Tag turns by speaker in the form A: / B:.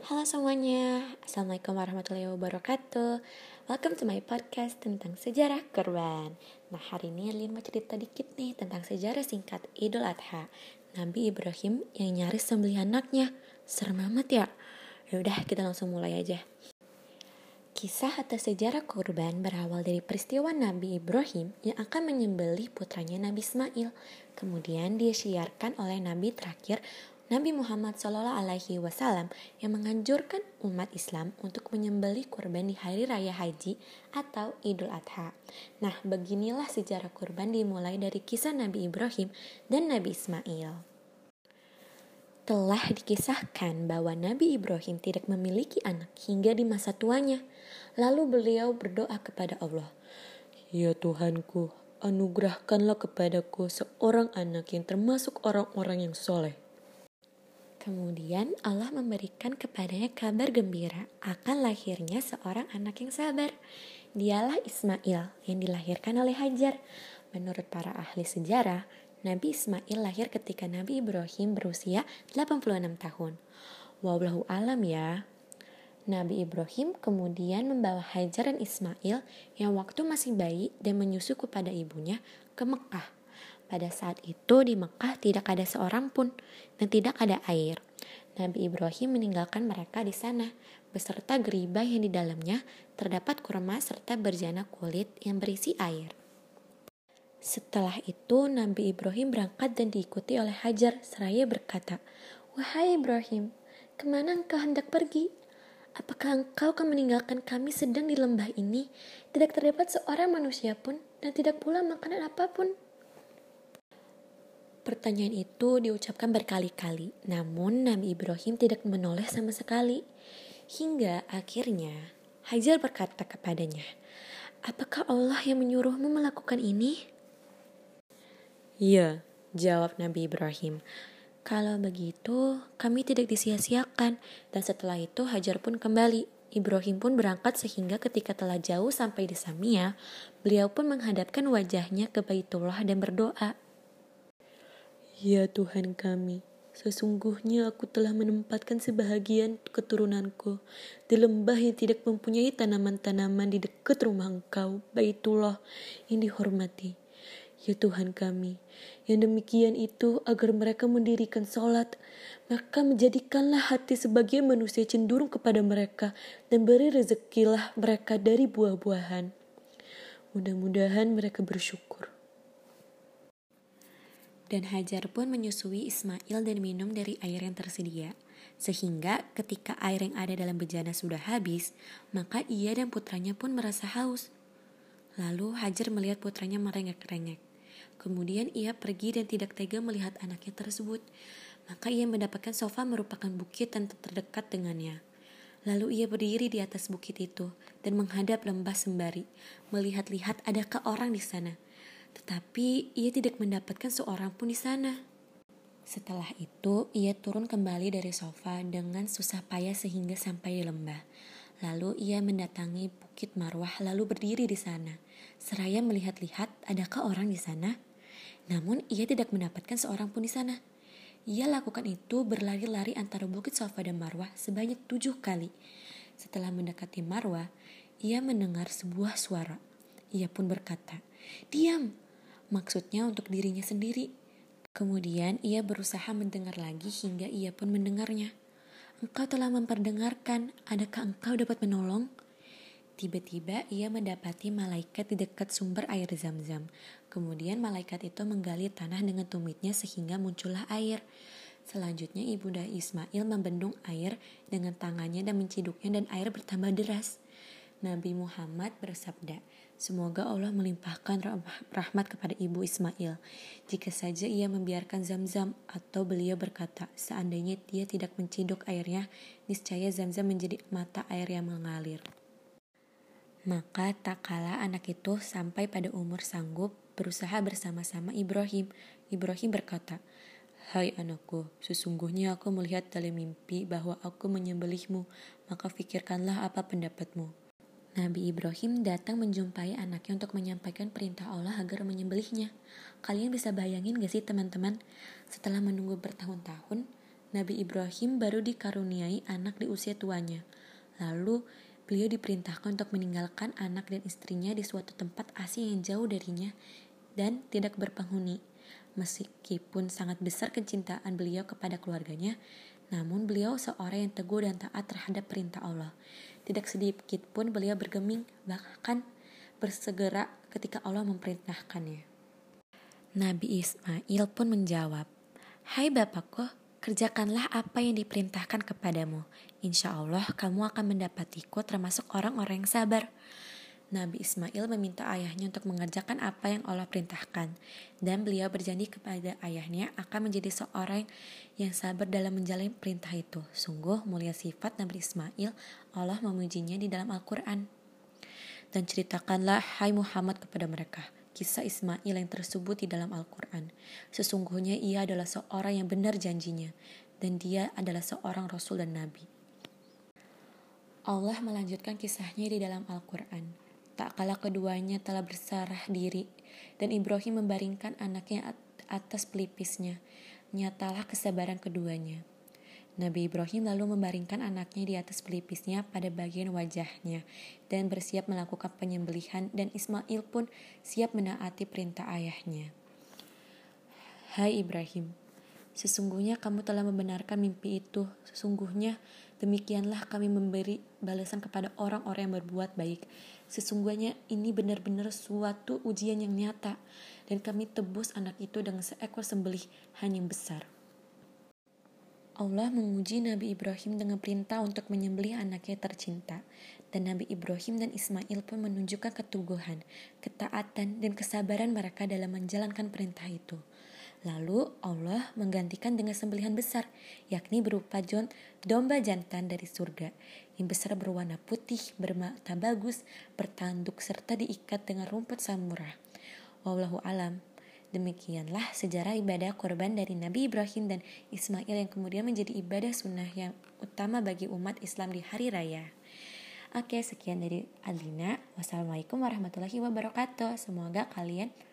A: Halo semuanya, Assalamualaikum warahmatullahi wabarakatuh. Welcome to my podcast tentang sejarah kurban. Nah, hari ini Lin mau cerita dikit nih tentang sejarah singkat Idul Adha. Nabi Ibrahim yang nyaris sembelih anaknya. Serem amat ya. Yaudah, kita langsung mulai aja. Kisah atau sejarah kurban berawal dari peristiwa Nabi Ibrahim yang akan menyembelih putranya Nabi Ismail. Kemudian disiarkan oleh Nabi terakhir Nabi Muhammad SAW yang menganjurkan umat Islam untuk menyembelih kurban di hari raya haji atau Idul Adha. Nah, beginilah sejarah kurban dimulai dari kisah Nabi Ibrahim dan Nabi Ismail. Telah dikisahkan bahwa Nabi Ibrahim tidak memiliki anak hingga di masa tuanya. Lalu beliau berdoa kepada Allah, "Ya Tuhanku, anugerahkanlah kepadaku seorang anak yang termasuk orang-orang yang soleh." Kemudian Allah memberikan kepadanya kabar gembira akan lahirnya seorang anak yang sabar. Dialah Ismail yang dilahirkan oleh Hajar. Menurut para ahli sejarah, Nabi Ismail lahir ketika Nabi Ibrahim berusia 86 tahun. Wallahu alam ya. Nabi Ibrahim kemudian membawa Hajar dan Ismail yang waktu masih bayi dan menyusu kepada ibunya ke Mekah. Pada saat itu di Mekah tidak ada seorang pun dan tidak ada air. Nabi Ibrahim meninggalkan mereka di sana beserta geribah yang di dalamnya terdapat kurma serta berjana kulit yang berisi air. Setelah itu Nabi Ibrahim berangkat dan diikuti oleh Hajar seraya berkata, "Wahai Ibrahim, kemana engkau hendak pergi? Apakah engkau akan meninggalkan kami sedang di lembah ini? Tidak terdapat seorang manusia pun dan tidak pula makanan apapun." Pertanyaan itu diucapkan berkali-kali, namun Nabi Ibrahim tidak menoleh sama sekali. Hingga akhirnya Hajar berkata kepadanya, "Apakah Allah yang menyuruhmu melakukan ini?" "Ya," jawab Nabi Ibrahim. "Kalau begitu, kami tidak disia-siakan." Dan setelah itu Hajar pun kembali. Ibrahim pun berangkat sehingga ketika telah jauh sampai di Samia, beliau pun menghadapkan wajahnya ke Baitullah dan berdoa, "Ya Tuhan kami, sesungguhnya aku telah menempatkan sebahagian keturunanku di lembah yang tidak mempunyai tanaman-tanaman di dekat rumah Engkau, Baitullah yang dihormati. Ya Tuhan kami, yang demikian itu agar mereka mendirikan sholat, maka menjadikanlah hati sebagian manusia cenderung kepada mereka dan beri rezekilah mereka dari buah-buahan. Mudah-mudahan mereka bersyukur." Dan Hajar pun menyusui Ismail dan minum dari air yang tersedia. Sehingga ketika air yang ada dalam bejana sudah habis, maka ia dan putranya pun merasa haus. Lalu Hajar melihat putranya merengek-rengek. Kemudian ia pergi dan tidak tega melihat anaknya tersebut. Maka ia mendapatkan sofa merupakan bukit yang terdekat dengannya. Lalu ia berdiri di atas bukit itu dan menghadap lembah sembari, melihat-lihat adakah orang di sana. Tetapi ia tidak mendapatkan seorang pun di sana. Setelah itu ia turun kembali dari sofa dengan susah payah sehingga sampai di lembah. Lalu ia mendatangi Bukit Marwah lalu berdiri di sana, seraya melihat-lihat adakah orang di sana. Namun ia tidak mendapatkan seorang pun di sana. Ia lakukan itu berlari-lari antara Bukit Safa dan Marwah sebanyak 7 kali. Setelah mendekati Marwah, ia mendengar sebuah suara. Ia pun berkata, "Diam!" Maksudnya untuk dirinya sendiri. Kemudian ia berusaha mendengar lagi hingga ia pun mendengarnya. "Engkau telah memperdengarkan, adakah engkau dapat menolong?" Tiba-tiba ia mendapati malaikat di dekat sumber air Zam-Zam. Kemudian malaikat itu menggali tanah dengan tumitnya sehingga muncullah air. Selanjutnya ibunda Ismail membendung air dengan tangannya dan menciduknya dan air bertambah deras. Nabi Muhammad bersabda, "Semoga Allah melimpahkan rahmat kepada ibu Ismail jika saja ia membiarkan Zam-Zam." Atau beliau berkata, "Seandainya dia tidak menciduk airnya, niscaya Zam-Zam menjadi mata air yang mengalir." Maka tak kala anak itu sampai pada umur sanggup berusaha bersama-sama Ibrahim. Ibrahim berkata, "Hai anakku, sesungguhnya aku melihat dalam mimpi bahwa aku menyembelihmu, maka fikirkanlah apa pendapatmu." Nabi Ibrahim datang menjumpai anaknya untuk menyampaikan perintah Allah agar menyembelihnya. Kalian bisa bayangin gak sih teman-teman? Setelah menunggu bertahun-tahun, Nabi Ibrahim baru dikaruniai anak di usia tuanya. Lalu beliau diperintahkan untuk meninggalkan anak dan istrinya di suatu tempat asing yang jauh darinya dan tidak berpenghuni. Meskipun sangat besar kecintaan beliau kepada keluarganya, namun beliau seorang yang teguh dan taat terhadap perintah Allah. Tidak sedikit pun beliau bergeming, bahkan bersegera ketika Allah memerintahkannya. Nabi Ismail pun menjawab, "Hai Bapakku, kerjakanlah apa yang diperintahkan kepadamu. Insya Allah kamu akan mendapatiku termasuk orang-orang yang sabar." Nabi Ismail meminta ayahnya untuk mengerjakan apa yang Allah perintahkan, dan beliau berjanji kepada ayahnya akan menjadi seorang yang sabar dalam menjalani perintah itu. Sungguh mulia sifat Nabi Ismail, Allah memujinya di dalam Al-Quran. Dan ceritakanlah, hai Muhammad, kepada mereka kisah Ismail yang tersebut di dalam Al-Quran. Sesungguhnya ia adalah seorang yang benar janjinya, dan dia adalah seorang Rasul dan Nabi. Allah melanjutkan kisahnya di dalam Al-Quran. Tak kala keduanya telah berserah diri, dan Ibrahim membaringkan anaknya atas pelipisnya. Nyatalah kesabaran keduanya. Nabi Ibrahim lalu membaringkan anaknya di atas pelipisnya pada bagian wajahnya dan bersiap melakukan penyembelihan, dan Ismail pun siap menaati perintah ayahnya. Hai Ibrahim, sesungguhnya kamu telah membenarkan mimpi itu. Sesungguhnya demikianlah kami memberi balasan kepada orang-orang yang berbuat baik. Sesungguhnya ini benar-benar suatu ujian yang nyata, dan kami tebus anak itu dengan seekor sembelihan yang besar. Allah menguji Nabi Ibrahim dengan perintah untuk menyembelih anaknya tercinta, dan Nabi Ibrahim dan Ismail pun menunjukkan keteguhan, ketaatan, dan kesabaran mereka dalam menjalankan perintah itu. Lalu Allah menggantikan dengan sembelihan besar, yakni berupa domba jantan dari surga, yang besar berwarna putih, bermata bagus, bertanduk, serta diikat dengan rumput samurah. Wallahu alam. Demikianlah sejarah ibadah korban dari Nabi Ibrahim dan Ismail yang kemudian menjadi ibadah sunnah yang utama bagi umat Islam di hari raya. Oke, sekian dari Adlina. Wassalamualaikum warahmatullahi wabarakatuh. Semoga kalian